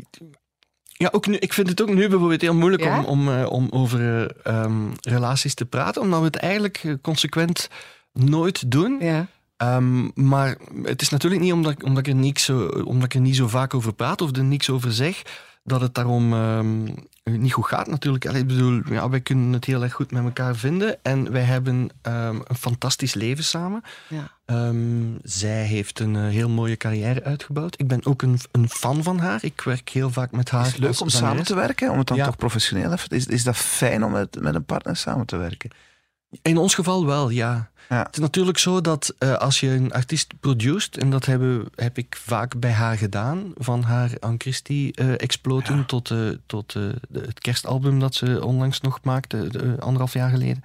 ja, ook nu, ik vind het ook nu bijvoorbeeld heel moeilijk Ja? om, om, uh, om over uh, um, relaties te praten, omdat we het eigenlijk uh, consequent nooit doen. Ja. Um, maar het is natuurlijk niet omdat, omdat, ik er niks zo, omdat ik er niet zo vaak over praat of er niks over zeg, dat het daarom um, niet goed gaat natuurlijk. Allee, ik bedoel, ja, wij kunnen het heel erg goed met elkaar vinden en wij hebben um, een fantastisch leven samen. Ja. Um, zij heeft een uh, heel mooie carrière uitgebouwd. Ik ben ook een, een fan van haar. Ik werk heel vaak met haar. Is het leuk als om zangeres. samen te werken? Om het dan Ja. toch professioneel even... Is, is dat fijn om met, met een partner samen te werken? In ons geval wel, ja. Ja. Het is natuurlijk zo dat uh, als je een artiest produceert, en dat hebben, heb ik vaak bij haar gedaan, van haar Anne Christie uh, Exploten Ja. tot, uh, tot uh, de, het kerstalbum dat ze onlangs nog maakte, de, uh, anderhalf jaar geleden.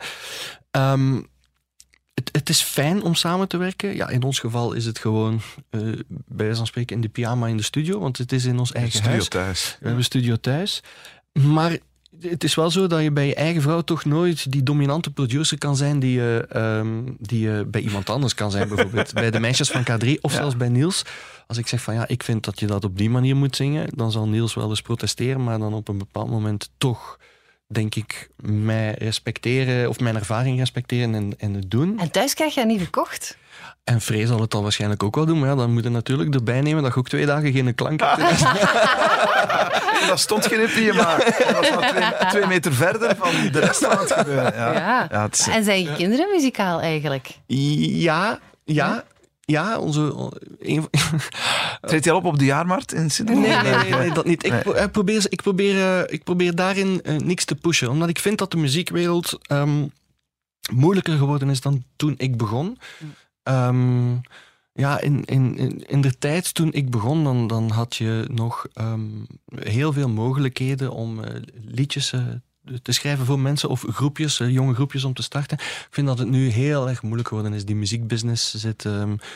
Um, het, het is fijn om samen te werken. Ja, in ons geval is het gewoon, uh, bij wijze van spreken, in de pyjama in de studio, want het is in ons eigen Studio huis. thuis. We hebben een studio thuis. Maar het is wel zo dat je bij je eigen vrouw toch nooit die dominante producer kan zijn die je, um, die je bij iemand anders kan zijn. Bijvoorbeeld bij de meisjes van K drie of Ja. zelfs bij Niels. Als ik zeg van ja, ik vind dat je dat op die manier moet zingen, dan zal Niels wel eens protesteren, maar dan op een bepaald moment toch, denk ik, mij respecteren of mijn ervaring respecteren en, en het doen. En thuis krijg je dat niet verkocht? En Free zal het dan waarschijnlijk ook wel doen, maar ja, dan moet je natuurlijk erbij nemen dat je ook twee dagen geen klank hebt. Dat stond geen pyjama. Dat was maar twee, twee meter verder van de rest van het gebeuren. Ja. Ja. Ja, het is, En zijn je kinderen muzikaal eigenlijk? Ja, ja, ja, onze... Een, treedt hij al op op de jaarmarkt in Sydney? nee, nee, nee, nee, dat niet. Ik, Nee. pro- ik, probeer, ik, probeer, uh, ik probeer daarin uh, niks te pushen, omdat ik vind dat de muziekwereld um, moeilijker geworden is dan toen ik begon. Um, ja, in, in, in, in de tijd toen ik begon, dan, dan had je nog um, heel veel mogelijkheden om uh, liedjes uh, te schrijven voor mensen of groepjes, uh, jonge groepjes om te starten. Ik vind dat het nu heel erg moeilijk geworden is. Die muziekbusiness zit um,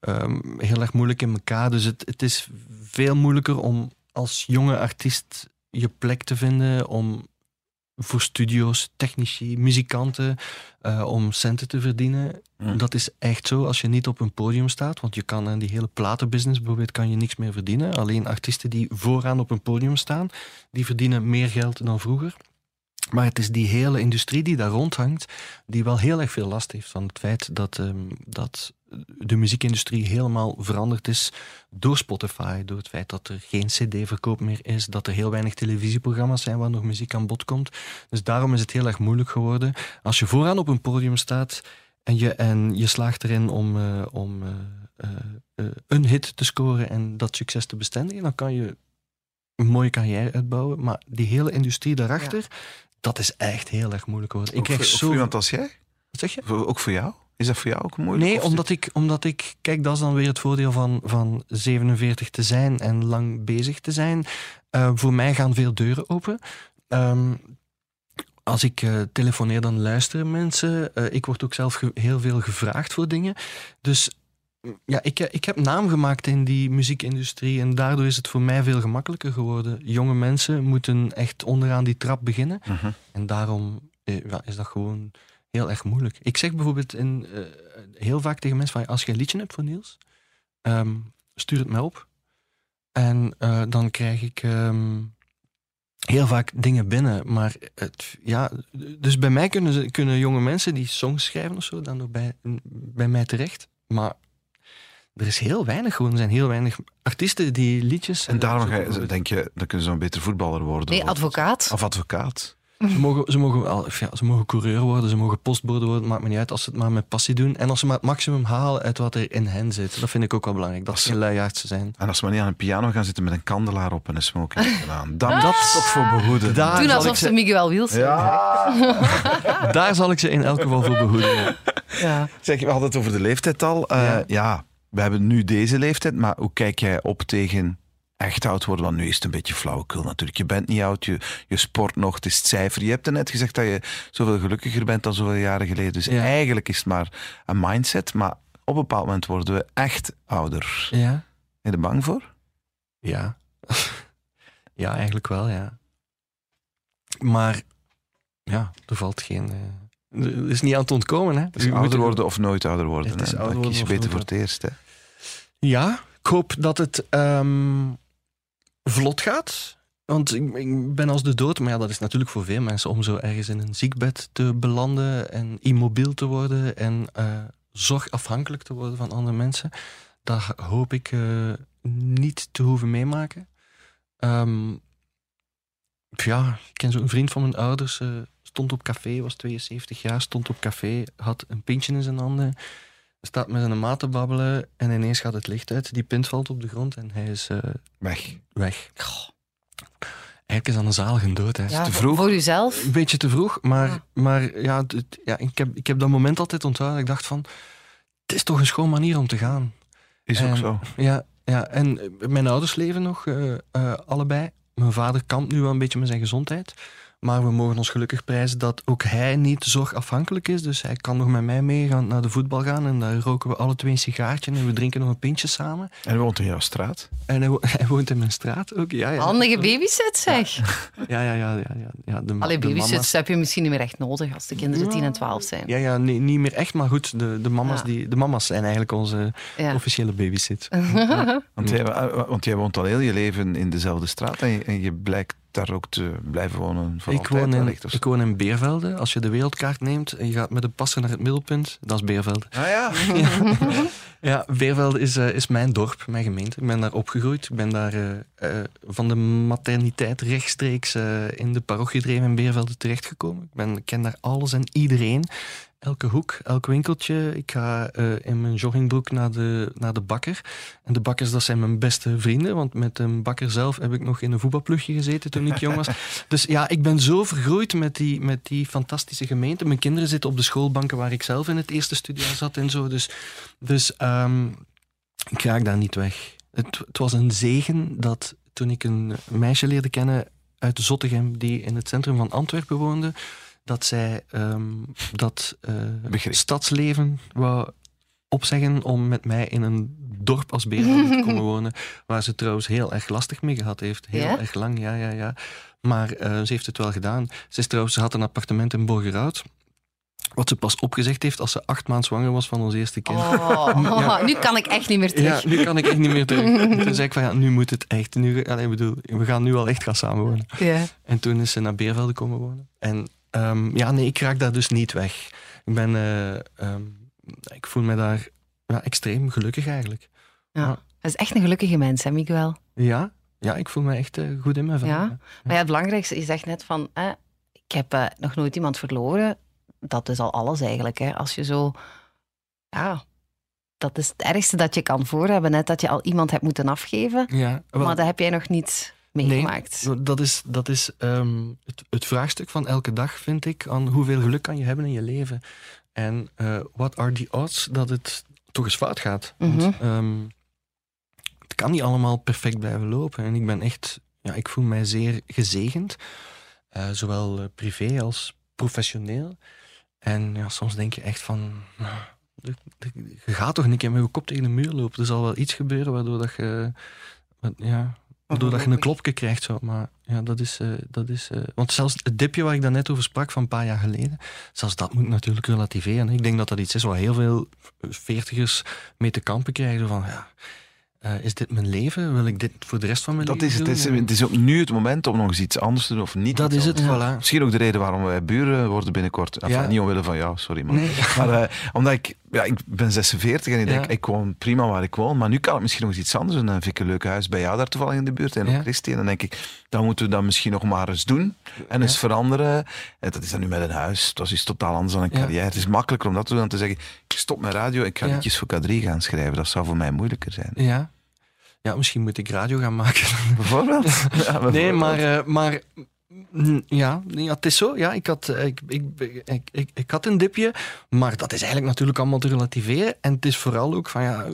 um, heel erg moeilijk in elkaar. Dus het, het is veel moeilijker om als jonge artiest je plek te vinden, om voor studio's, technici, muzikanten, uh, om centen te verdienen. Mm. Dat is echt zo als je niet op een podium staat, want je kan in die hele platenbusiness bijvoorbeeld kan je niks meer verdienen. Alleen artiesten die vooraan op een podium staan, die verdienen meer geld dan vroeger. Maar het is die hele industrie die daar rondhangt, die wel heel erg veel last heeft van het feit dat, um, dat de muziekindustrie helemaal veranderd is door Spotify, door het feit dat er geen cd-verkoop meer is, dat er heel weinig televisieprogramma's zijn waar nog muziek aan bod komt. Dus daarom is het heel erg moeilijk geworden. Als je vooraan op een podium staat en je, en je slaagt erin om, uh, om uh, uh, uh, een hit te scoren en dat succes te bestendigen, dan kan je een mooie carrière uitbouwen. Maar die hele industrie daarachter, ja. dat is echt heel erg moeilijk geworden. Ik krijg zo... voor iemand als jij? Wat zeg je? Voor, ook voor jou? Is dat voor jou ook moeilijk? Nee, omdat ik, omdat ik... Kijk, dat is dan weer het voordeel van, van zevenenveertig te zijn en lang bezig te zijn. Uh, voor mij gaan veel deuren open. Um, als ik uh, telefoneer, dan luisteren mensen. Uh, ik word ook zelf ge- heel veel gevraagd voor dingen. Dus ja, ik, ik heb naam gemaakt in die muziekindustrie en daardoor is het voor mij veel gemakkelijker geworden. Jonge mensen moeten echt onderaan die trap beginnen. Uh-huh. En daarom uh, ja, is dat gewoon... heel erg moeilijk. Ik zeg bijvoorbeeld in, uh, heel vaak tegen mensen van, als je een liedje hebt voor Niels, um, stuur het mij op. En uh, dan krijg ik um, heel vaak dingen binnen. Maar het, ja, dus bij mij kunnen, ze, kunnen jonge mensen die songs schrijven of zo, dan nog bij, bij mij terecht. Maar er is heel weinig gewoon. Er zijn heel weinig artiesten die liedjes... En daarom ga je, denk je, dan kunnen ze een beter voetballer worden. Nee, advocaat. Of advocaat. Ze mogen, ze, mogen wel, ja, ze mogen coureur worden, ze mogen postbode worden, maakt me niet uit als ze het maar met passie doen. En als ze maar het maximum halen uit wat er in hen zit. Dat vind ik ook wel belangrijk, dat ze geen luiaardse zijn. En als ze maar niet aan een piano gaan zitten met een kandelaar op en een smoking gedaan. Dan dat is toch voor behoeden. Daar Doen alsof ze, ze Miguel Wiels zijn. Ja. Daar zal ik ze in elk geval voor behoeden. Ja. Ja. Zeg, we hadden het over de leeftijd al. Uh, ja. ja, we hebben nu deze leeftijd, maar hoe kijk jij op tegen... echt oud worden, want nu is het een beetje flauwekul natuurlijk. Je bent niet oud, je, je sport nog, het is het cijfer. Je hebt er net gezegd dat je zoveel gelukkiger bent dan zoveel jaren geleden. Dus ja. eigenlijk is het maar een mindset, maar op een bepaald moment worden we echt ouder. Ja. Ben je er bang voor? Ja. Ja, eigenlijk wel, ja. Maar ja, er valt geen... Uh, er is niet aan te ontkomen, hè. Dus ouder worden of nooit ouder worden. Het is ouder dan kies je beter voor het eerst, hè. Ja, ik hoop dat het um, vlot gaat. Want ik, ik ben als de dood. Maar ja, dat is natuurlijk voor veel mensen om zo ergens in een ziekbed te belanden en immobiel te worden en uh, zorgafhankelijk te worden van andere mensen. Dat hoop ik uh, niet te hoeven meemaken. Um, ja, ik ken zo'n vriend van mijn ouders. Uh, stond op café, was tweeënzeventig jaar, stond op café, had een pintje in zijn handen. Staat met zijn maat te babbelen en ineens gaat het licht uit. Die pint valt op de grond en hij is uh, weg. weg. Goh. Eigenlijk is dat een zalige dood. Hè. Ja, te vroeg. Voor jezelf? Een beetje te vroeg, maar, ja. maar ja, het, ja, ik, heb, ik heb dat moment altijd onthouden. Ik dacht van, het is toch een schoon manier om te gaan. Is en, ook zo. Ja, ja, en mijn ouders leven nog, uh, uh, allebei. Mijn vader kampt nu wel een beetje met zijn gezondheid. Maar we mogen ons gelukkig prijzen dat ook hij niet zorgafhankelijk is. Dus hij kan nog met mij mee gaan naar de voetbal gaan. En daar roken we alle twee een sigaartje en we drinken nog een pintje samen. En hij woont in jouw straat? En hij, wo- hij woont in mijn straat ook, ja. ja. Handige babysit, zeg. Ja, ja, ja. ja, ja, ja de, Allee, de babysits mama's. heb je misschien niet meer echt nodig als de kinderen tien en twaalf zijn. Ja, ja nee, niet meer echt, maar goed. De, de, mama's Ja. die, de mama's zijn eigenlijk onze Ja. officiële babysit. Want jij, want jij woont al heel je leven in dezelfde straat en je, en je blijkt daar ook te blijven wonen voor Ik altijd. woon, in, wellicht, of zo. ik woon in Beervelde. Als je de wereldkaart neemt en je gaat met de passer naar het middelpunt, dat is Beervelde. Ah ja. Ja, ja Beervelde is, uh, is mijn dorp, mijn gemeente. Ik ben daar opgegroeid. Ik ben daar uh, uh, van de materniteit rechtstreeks uh, in de parochie Dreven in Beervelde terechtgekomen. Ik, ben, ik ken daar alles en iedereen. Elke hoek, elk winkeltje. Ik ga uh, in mijn joggingbroek naar de, naar de bakker. En de bakkers, dat zijn mijn beste vrienden. Want met een bakker zelf heb ik nog in een voetbalploegje gezeten toen ik jong was. Dus ja, ik ben zo vergroeid met die, met die fantastische gemeente. Mijn kinderen zitten op de schoolbanken waar ik zelf in het eerste studiejaar zat en zo. Dus, dus um, ik raak daar niet weg. Het, het was een zegen dat toen ik een meisje leerde kennen uit Zottegem, die in het centrum van Antwerpen woonde, dat zij um, dat uh, stadsleven wou opzeggen om met mij in een dorp als Beervelde te komen wonen, waar ze trouwens heel erg lastig mee gehad heeft. Heel Ja? erg lang, ja, ja, ja. Maar uh, ze heeft het wel gedaan. Ze, is trouwens, ze had een appartement in Borgerhout, wat ze pas opgezegd heeft als ze acht maanden zwanger was van ons eerste kind. Oh, Ja. Nu kan ik echt niet meer terug. Ja, nu kan ik echt niet meer terug. Toen zei ik van, ja, nu moet het echt. Nu, allee, bedoel, we gaan nu al echt gaan samenwonen. Ja. En toen is ze naar Beervelde komen wonen. En um, ja, nee, ik raak daar dus niet weg. Ik ben, uh, um, ik voel me daar ja, extreem gelukkig eigenlijk. Ja. Ja. Dat is echt een gelukkige mens, hè, Miguel? Ja, ja, ik voel me echt uh, goed in mijn vel. Ja. Ja. Maar ja, het belangrijkste, je zegt net van, eh, ik heb uh, nog nooit iemand verloren. Dat is al alles eigenlijk. Hè. Als je zo, ja, dat is het ergste dat je kan voorhebben. Net dat je al iemand hebt moeten afgeven. Ja, wel, Maar dat heb jij nog niet meegemaakt. Nee, dat is, dat is um, het, het vraagstuk van elke dag, vind ik, aan hoeveel geluk kan je hebben in je leven. En uh, what are the odds dat het toch eens fout gaat? Mm-hmm. Want um, het kan niet allemaal perfect blijven lopen. En ik ben echt, ja, ik voel mij zeer gezegend. Uh, zowel uh, privé als professioneel. En ja, soms denk je echt van, nou, de, de, je gaat toch niet keer met je kop tegen de muur lopen. Er zal wel iets gebeuren waardoor dat je, ja, waardoor dat je een klopje krijgt. Zo. Maar ja, dat is, uh, dat is uh, want zelfs het dipje waar ik daarnet over sprak van een paar jaar geleden, zelfs dat moet natuurlijk relativeren. Ik denk dat dat iets is waar heel veel veertigers mee te kampen krijgen. Van, ja, Uh, is dit mijn leven? Wil ik dit voor de rest van mijn dat leven is, doen? Het is, het is ook nu het moment om nog eens iets anders te doen of niet. Dat is het, ja. voilà. Misschien ook de reden waarom wij buren worden binnenkort. Enfin, Ja. Niet omwille van jou, sorry man. Nee. Maar uh, omdat ik, ja, ik ben zesenveertig en ik denk, Ja. ik woon prima waar ik woon, maar nu kan ik misschien nog eens iets anders doen. Dan vind ik een leuk huis bij jou daar toevallig in de buurt en ook Ja. Christy. En dan denk ik, dan moeten we dat misschien nog maar eens doen en eens Ja. veranderen. En dat is dan nu met een huis. Dat is iets totaal anders dan een Ja. carrière. Het is makkelijker om dat te doen dan te zeggen, ik stop met radio, ik ga Ja. liedjes voor K drie gaan schrijven. Dat zou voor mij moeilijker zijn. Ja. Ja, misschien moet ik radio gaan maken. Bijvoorbeeld? Ja, bijvoorbeeld. Nee, maar, uh, maar mm, ja, ja, het is zo. Ja, ik, had, uh, ik, ik, ik, ik, ik had een dipje, maar dat is eigenlijk natuurlijk allemaal te relativeren. En het is vooral ook van, ja,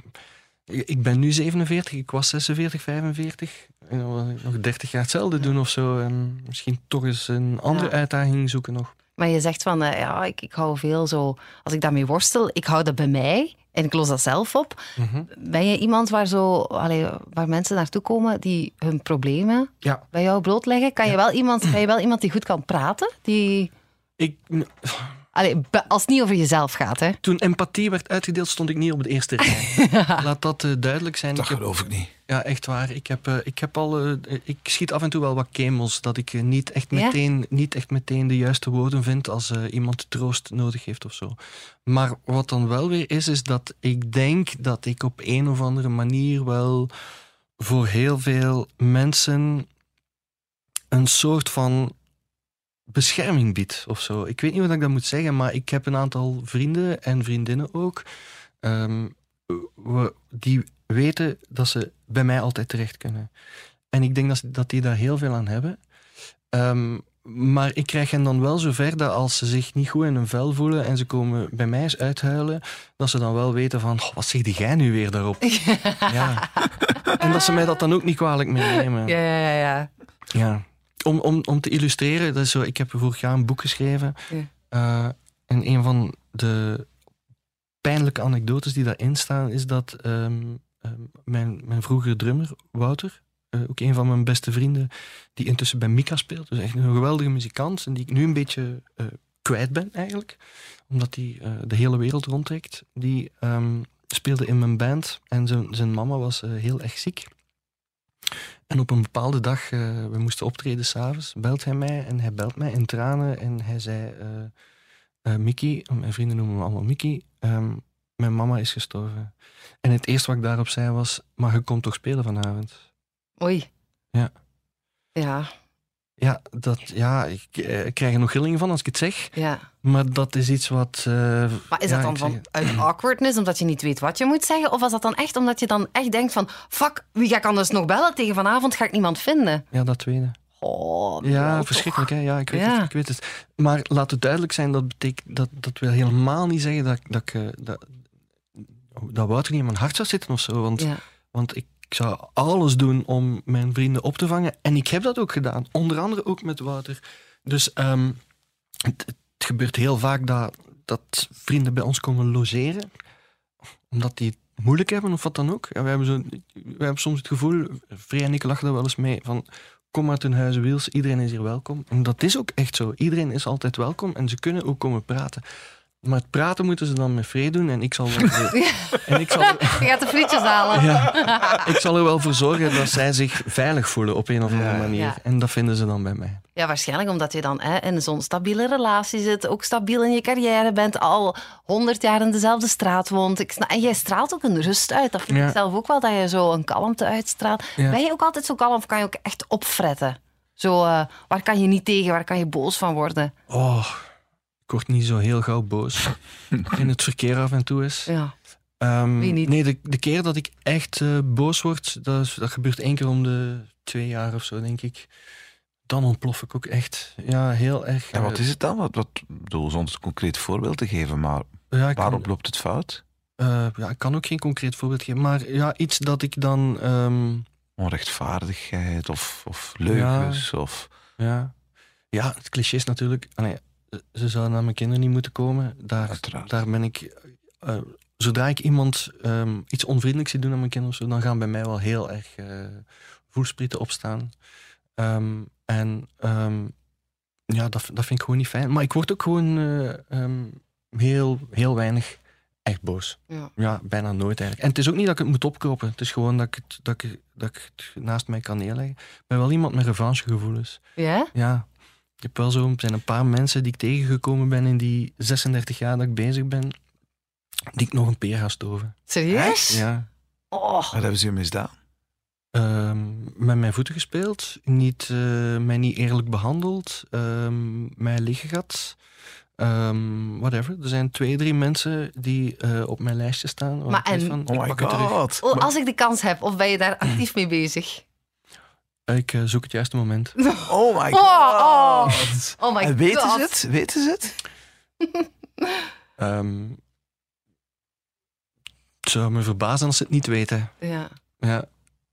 ik ben nu zevenenveertig, ik was zesenveertig, vijfenveertig. En dan wil ik nog dertig jaar hetzelfde doen of zo. En misschien toch eens een andere Ja. uitdaging zoeken nog. Maar je zegt van, uh, ja, ik, ik hou veel zo... Als ik daarmee worstel, ik hou dat bij mij en ik los dat zelf op. Mm-hmm. Ben je iemand waar, zo, allee, waar mensen naartoe komen die hun problemen Ja. bij jou blootleggen? Kan je wel iemand, ben je wel iemand die goed kan praten? Die, Ik, allee, be- als het niet over jezelf gaat, hè? toen empathie werd uitgedeeld, stond ik niet op het eerste rij. Laat dat uh, duidelijk zijn. Dat Ik heb- geloof ik niet. Ja, echt waar. Ik, heb, uh, ik, heb al, uh, ik schiet af en toe wel wat kemels. Dat ik uh, niet, echt Ja? meteen, niet echt meteen de juiste woorden vind als uh, iemand troost nodig heeft of zo. Maar wat dan wel weer is, is dat ik denk dat ik op een of andere manier wel voor heel veel mensen een soort van bescherming bied of zo. Ik weet niet wat ik dat moet zeggen, maar ik heb een aantal vrienden en vriendinnen ook, um, we, die weten dat ze bij mij altijd terecht kunnen. En ik denk dat, dat die daar heel veel aan hebben. Um, maar ik krijg hen dan wel zover dat als ze zich niet goed in hun vel voelen en ze komen bij mij eens uithuilen, dat ze dan wel weten van, oh, wat zeg jij nu weer daarop? Ja. En dat ze mij dat dan ook niet kwalijk meenemen. Ja, ja, ja. ja. Ja. Om, om, om te illustreren, dat is zo, ik heb vorig jaar een boek geschreven. Ja. Uh, en een van de pijnlijke anekdotes die daarin staan, is dat um, um, mijn, mijn vroegere drummer, Wouter, uh, ook een van mijn beste vrienden, die intussen bij Mika speelt, dus echt een geweldige muzikant, en die ik nu een beetje uh, kwijt ben eigenlijk, omdat hij uh, de hele wereld rondtrekt, die um, speelde in mijn band en zijn, zijn mama was uh, heel erg ziek. En op een bepaalde dag, uh, we moesten optreden s'avonds, belt hij mij en hij belt mij in tranen en hij zei, uh, uh, Mickey, mijn vrienden noemen me allemaal Mickey, um, mijn mama is gestorven. En het eerste wat ik daarop zei was, maar je komt toch spelen vanavond? Oei. Ja. Ja, Ja, dat, ja ik, uh, ik krijg er nog rillingen van als ik het zeg, ja. maar dat is iets wat... Uh, Maar is ja, dat dan ik van zeg- uit awkwardness, omdat je niet weet wat je moet zeggen? Of was dat dan echt omdat je dan echt denkt van, fuck, wie ga ik anders nog bellen tegen vanavond? Ga ik niemand vinden? Ja, dat tweede. Oh, Ja, nou, verschrikkelijk, hè? Ja, ik weet, Ja. Het, ik weet het. Maar laat het duidelijk zijn, dat betekent dat, dat wil helemaal niet zeggen dat, dat, ik, uh, dat, dat Wouter niet in mijn hart zou zitten of zo. Want, toch? Ja. want ik, ik zou alles doen om mijn vrienden op te vangen. En ik heb dat ook gedaan. Onder andere ook met Wouter. Dus um, het, het gebeurt heel vaak dat, dat vrienden bij ons komen logeren. omdat die het moeilijk hebben of wat dan ook. Ja, we, hebben zo, we hebben soms het gevoel, Free en ik lachen daar wel eens mee, van kom uit hun huizen Wiels, iedereen is hier welkom. En dat is ook echt zo. Iedereen is altijd welkom en ze kunnen ook komen praten. Maar het praten moeten ze dan met Free doen en ik zal wel voor, Ja. en ik zal, Je gaat de frietjes halen. ja, ik zal er wel voor zorgen dat zij zich veilig voelen op een of andere Ja. manier. Ja. En dat vinden ze dan bij mij. Ja, waarschijnlijk omdat je dan hè, in zo'n stabiele relatie zit, ook stabiel in je carrière bent, al honderd jaar in dezelfde straat woont. Ik sna- en jij straalt ook een rust uit. Dat vind Ja. ik zelf ook wel, dat je zo een kalmte uitstraalt. Ja. Ben je ook altijd zo kalm of kan je ook echt opfretten? Zo, eh, waar kan je niet tegen, waar kan je boos van worden? Oh, ik word niet zo heel gauw boos. In het verkeer af en toe is. Ja. Ehm, Wie niet? Nee, de, de keer dat ik echt uh, boos word, dat, is, dat gebeurt één keer om de twee jaar of zo, denk ik. Dan ontplof ik ook echt. Ja, heel erg. En wat is het dan? Wat, wat, ik bedoel, zonder een concreet voorbeeld te geven, maar Ja, ik waarop kan, loopt het fout? uh, ja, ik kan ook geen concreet voorbeeld geven, maar ja, iets dat ik dan... Um, Onrechtvaardigheid of, of leugens? Ja. Of... Ja. ja, het cliché is natuurlijk... Allee, ze zouden naar mijn kinderen niet moeten komen. Daar, daar ben ik... Uh, zodra ik iemand um, iets onvriendelijks zie doen aan mijn kinderen, zo, dan gaan bij mij wel heel erg uh, voelsprieten opstaan. Um, en um, ja, dat, dat vind ik gewoon niet fijn. Maar ik word ook gewoon uh, um, heel, heel weinig echt boos. Ja. ja, bijna nooit eigenlijk. En het is ook niet dat ik het moet opkroppen. Het is gewoon dat ik het, dat ik, dat ik het naast mij kan neerleggen. Ik ben wel iemand met revanchegevoelens. Ja? Ja. Ik heb wel zo, er zijn een paar mensen die ik tegengekomen ben in die zesendertig jaar dat ik bezig ben, die ik nog een peer ga stoven. Serieus? Ja. Oh. Wat hebben ze misdaan? Um, met mijn voeten gespeeld, niet, uh, mij niet eerlijk behandeld, um, mij liggen gehad. Um, whatever. Er zijn twee, drie mensen die uh, op mijn lijstje staan. Maar en... Van, oh my god. Oh, als ik de kans heb, of ben je daar actief mee bezig? Ik uh, zoek het juiste moment. Oh my god. Oh, oh. Oh my en weten god. ze het? Weten ze het? um, het zou me verbazen als ze het niet weten. Ja. Ja.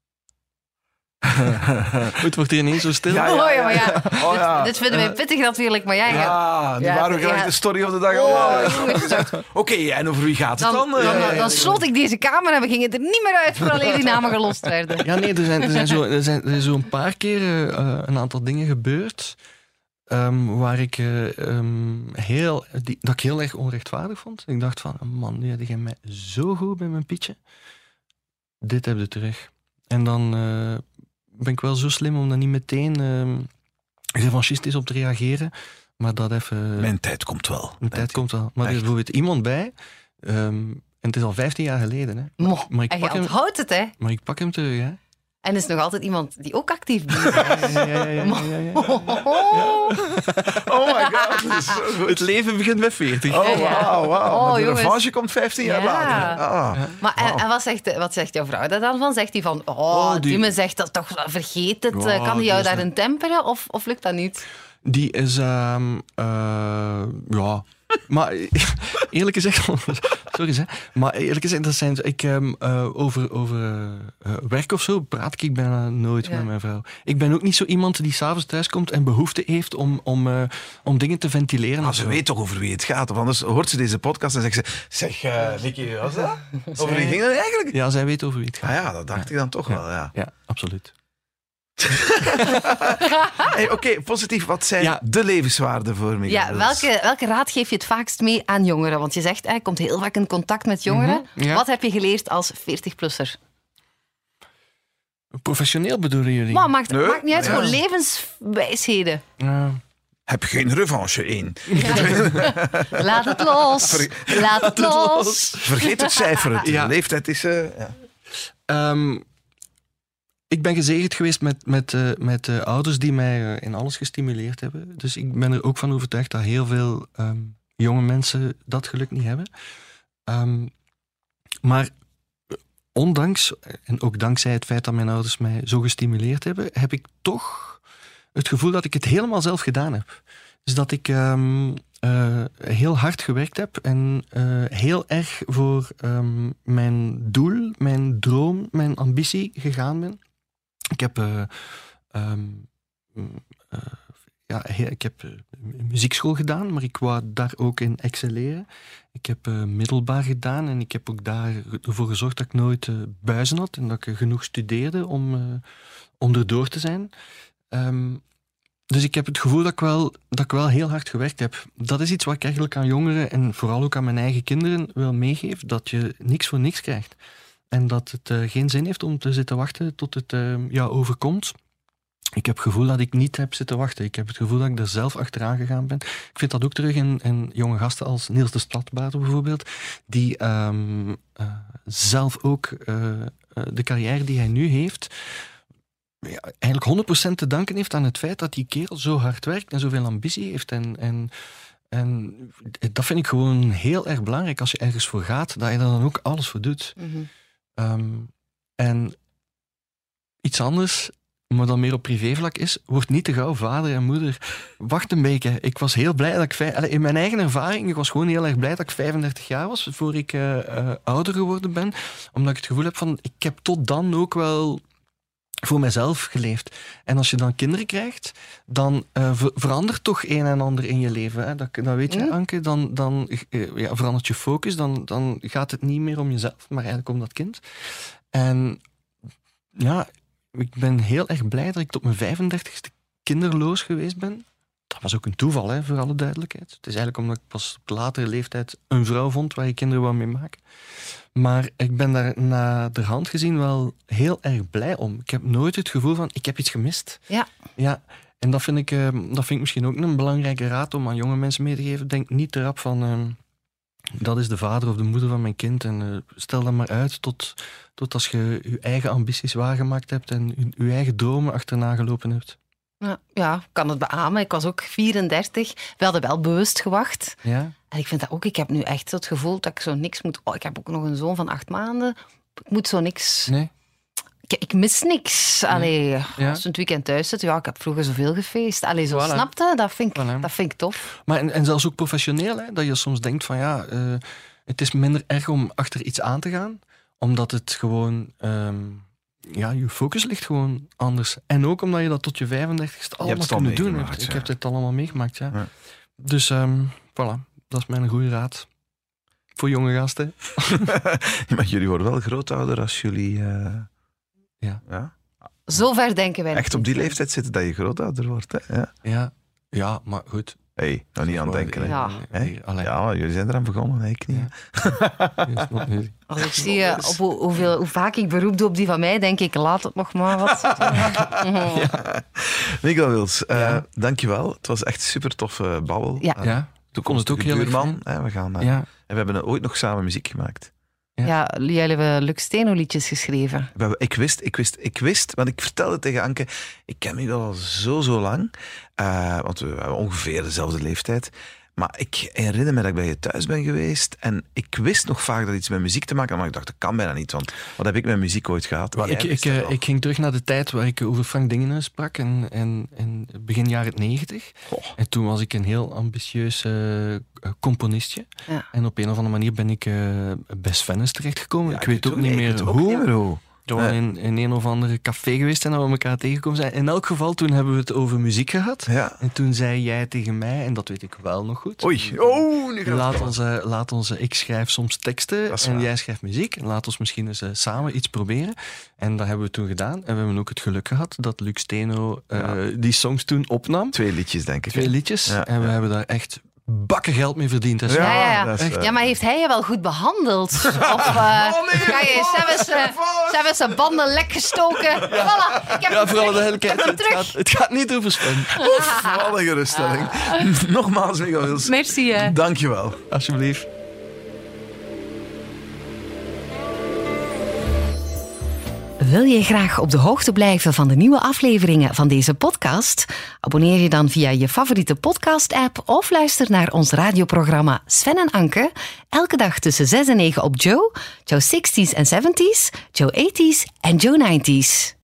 Het wordt hier ineens zo stil. Ja, ja, ja. Oh, ja, maar ja. Oh, ja. Dit, dit vinden wij pittig natuurlijk, maar jij ja, gaat... nu Ja, waren we gelijk ja. de story of de dag. Oh, Oké, okay, en over wie gaat het dan? Dan, dan, uh, dan, dan sloot ik deze kamer en we gingen er niet meer uit voor alleen die namen gelost werden. Ja, nee, er zijn, er zijn, zo, er zijn, er zijn zo een paar keer uh, een aantal dingen gebeurd um, waar ik uh, um, heel, die, dat ik heel erg onrechtvaardig vond. Ik dacht van, man, die had jij mij zo goed bij mijn pietje. Dit heb je terug. En dan... Uh, ben ik wel zo slim om daar niet meteen uh, revanchistisch op te reageren. Maar dat even... Mijn tijd komt wel. Mijn tijd komt wel. Maar er is bijvoorbeeld iemand bij. Um, en het is al vijftien jaar geleden. Hè. Mo, maar ik en je pak onthoudt het, hè? Maar ik pak hem terug, hè. En er is nog altijd iemand die ook actief is. Ja, ja, ja, ja, ja, ja, ja. Oh my god. Dat is zo goed. Het leven begint met veertig. Oh, wauw, wauw. Oh, maar de jongens. revanche komt vijftien jaar Ja. later. Ah. Ja. Maar en, Wow. en wat, zegt, wat zegt jouw vrouw daar dan van? Zegt hij van, oh, Oh, die- die me zegt dat toch, vergeet het. Wow, kan hij die jou is daarin een- temperen of, of lukt dat niet? Die is... Um, uh, ja... Maar eerlijk gezegd... Sorry, hè. Maar eerlijk gezegd, dat zijn... Ik, um, uh, over over uh, werk of zo praat ik bijna nooit Ja. met mijn vrouw. Ik ben ook niet zo iemand die s'avonds thuiskomt en behoefte heeft om, om, uh, om dingen te ventileren. Maar of ze zo. weet toch over wie het gaat? Of anders hoort ze deze podcast en zegt ze... Zeg, uh, Nicky, wat was dat? Over wie ging dat eigenlijk? Ja, zij weet over wie het gaat. Ah ja, dat dacht Ja. ik dan toch Ja. wel, ja. Ja, absoluut. Hey, Oké, okay, positief. Wat zijn Ja. de levenswaarden voor mij? Ja, welke, welke raad geef je het vaakst mee aan jongeren? Want je zegt, hij komt heel vaak in contact met jongeren. Mhm, ja. Wat heb je geleerd als veertig-plusser? Professioneel bedoelen jullie? Maar maakt, Nee, maakt niet uit, ja. gewoon levenswijsheden. Ja. Heb geen revanche in. Laat het los. Laat het los. Vergeet het cijfer. De Ja. leeftijd is... Uh, ja. Um, ik ben gezegend geweest met, met, uh, met uh, ouders die mij uh, in alles gestimuleerd hebben. Dus ik ben er ook van overtuigd dat heel veel um, jonge mensen dat geluk niet hebben. Um, maar ondanks, en ook dankzij het feit dat mijn ouders mij zo gestimuleerd hebben, heb ik toch het gevoel dat ik het helemaal zelf gedaan heb. Dus dat ik um, uh, heel hard gewerkt heb en uh, heel erg voor um, mijn doel, mijn droom, mijn ambitie gegaan ben. Ik heb uh, um, uh, ja, heel, ik heb uh, muziekschool gedaan, maar ik wou daar ook in excelleren. Ik heb uh, middelbaar gedaan en ik heb ook daar ervoor gezorgd dat ik nooit uh, buizen had en dat ik genoeg studeerde om, uh, om erdoor te zijn. Um, dus ik heb het gevoel dat ik, wel, dat ik wel heel hard gewerkt heb. Dat is iets wat ik eigenlijk aan jongeren en vooral ook aan mijn eigen kinderen wil meegeven, dat je niks voor niks krijgt. En dat het uh, geen zin heeft om te zitten wachten tot het uh, jou overkomt. Ik heb het gevoel dat ik niet heb zitten wachten. Ik heb het gevoel dat ik er zelf achteraan gegaan ben. Ik vind dat ook terug in, in jonge gasten als Niels de Stadbaarder bijvoorbeeld, die um, uh, zelf ook uh, uh, de carrière die hij nu heeft, ja, eigenlijk honderd procent te danken heeft aan het feit dat die kerel zo hard werkt en zoveel ambitie heeft. En, en, en dat vind ik gewoon heel erg belangrijk als je ergens voor gaat, dat je er dan ook alles voor doet. Mm-hmm. Um, en iets anders, maar dan meer op privévlak is, word niet te gauw vader en moeder. Wacht een beetje. Ik was heel blij dat ik... Vijf, in mijn eigen ervaring, ik was gewoon heel erg blij dat ik vijfendertig jaar was, voor ik uh, uh, ouder geworden ben. Omdat ik het gevoel heb van, ik heb tot dan ook wel voor mezelf geleefd. En als je dan kinderen krijgt, dan uh, ver- verandert toch een en ander in je leven. Hè? Dat, dat weet je, Anke. Dan, dan uh, ja, verandert je focus. Dan, dan gaat het niet meer om jezelf, maar eigenlijk om dat kind. En ja, ik ben heel erg blij dat ik tot mijn vijfendertigste kinderloos geweest ben. Dat was ook een toeval, hè, voor alle duidelijkheid. Het is eigenlijk omdat ik pas op latere leeftijd een vrouw vond waar je kinderen wou mee maken. Maar ik ben daar na de hand gezien wel heel erg blij om. Ik heb nooit het gevoel van, ik heb iets gemist. Ja. Ja. En dat vind ik, uh, dat vind ik misschien ook een belangrijke raad om aan jonge mensen mee te geven. Denk niet erop van, uh, dat is de vader of de moeder van mijn kind. En uh, stel dat maar uit tot, tot als je je eigen ambities waargemaakt hebt en je, je eigen dromen achterna gelopen hebt. Ja, ja, ik kan het beamen. Ik was ook vierendertig. We hadden wel bewust gewacht. Ja. En ik vind dat ook, ik heb nu echt het gevoel dat ik zo niks moet... Oh, ik heb ook nog een zoon van acht maanden. Ik moet zo niks... Nee? Ik, ik mis niks. Allee, ja. als we het weekend thuis zitten, ja, ik heb vroeger zoveel gefeest. Allee, zo Voilà. snapte, dat vind ik, Voilà. dat vind ik tof. Maar en, en zelfs ook professioneel, hè, dat je soms denkt van ja, uh, het is minder erg om achter iets aan te gaan, omdat het gewoon... Um, ja, je focus ligt gewoon anders. En ook omdat je dat tot je vijfendertigste allemaal kunnen doen hebt. Ja. Ik heb dit allemaal meegemaakt, ja. ja. Dus, um, voilà. Dat is mijn goede raad. Voor jonge gasten. Ja, maar jullie worden wel grootouder als jullie... Uh... Ja. ja. Zover denken wij. Echt op die leeftijd zitten dat je grootouder wordt, hè? Ja. Ja, ja, maar goed. Hé, hey, nou niet aan denken, hè? Ja. Hey? Ja, maar jullie zijn eraan begonnen, hè? Ik niet. Ja. Als ik zie uh, op hoe, hoeveel, hoe vaak ik beroep doe op die van mij, denk ik, laat het nog maar wat. Ja. Miguel Wils, uh, ja. dankjewel. Het was echt super toffe babbel. Ja. Uh, Ja, toen kon het ook heel erg buurman. Hè, we gaan, uh, ja. En we hebben ooit nog samen muziek gemaakt. Ja, ja, jullie hebben Lux Steno liedjes geschreven. We hebben, ik wist, ik wist, ik wist, want ik vertelde tegen Anke, ik ken Miguel al zo, zo lang. Uh, want we hebben ongeveer dezelfde leeftijd. Maar ik herinner me dat ik bij je thuis ben geweest en ik wist nog vaak dat iets met muziek te maken had, maar ik dacht, dat kan bijna niet, want wat heb ik met muziek ooit gehad? Well, ik, ik, uh, ik ging terug naar de tijd waar ik over Frank Dingenhuis sprak en, en, en begin jaren negentig. Oh. En toen was ik een heel ambitieus uh, componistje. Ja. En op een of andere manier ben ik uh, bij Svennis terechtgekomen. Ja, ik weet ook, ook niet niet, meer ook hoe. Niet meer hoe. Toen we in, in een of andere café geweest zijn en we elkaar tegengekomen zijn. In elk geval, toen hebben we het over muziek gehad. Ja. En toen zei jij tegen mij, en dat weet ik wel nog goed. Oei, oh, nu gaat laat het ons, uh, laat ons, uh, ik schrijf soms teksten en waar. jij schrijft muziek. Laat ons misschien eens uh, samen iets proberen. En dat hebben we toen gedaan. En we hebben ook het geluk gehad dat Lux Steno uh, ja. die songs toen opnam. Twee liedjes, denk ik. Twee hè? liedjes. Ja, en we ja. hebben daar echt bakken geld mee verdiend. Hè. Ja, ja, ja. dat is, uh, ja, maar heeft hij je wel goed behandeld? Of uh, Oh, nee, ga je zelfs zijn banden lek gestoken? Voilà, ik heb Ja, hem voor alle terug. duidelijkheid, Ik heb het hem gaat, terug. het gaat niet over Sven. Wat een geruststelling. Nogmaals, Miguel Wils. Merci. Hè. Dank je wel. Alsjeblieft. Wil je graag op de hoogte blijven van de nieuwe afleveringen van deze podcast? Abonneer je dan via je favoriete podcast-app of luister naar ons radioprogramma Sven en Anke elke dag tussen zes en negen op Joe, Joe zestig's en zeventig's, Joe tachtig's en Joe negentig's.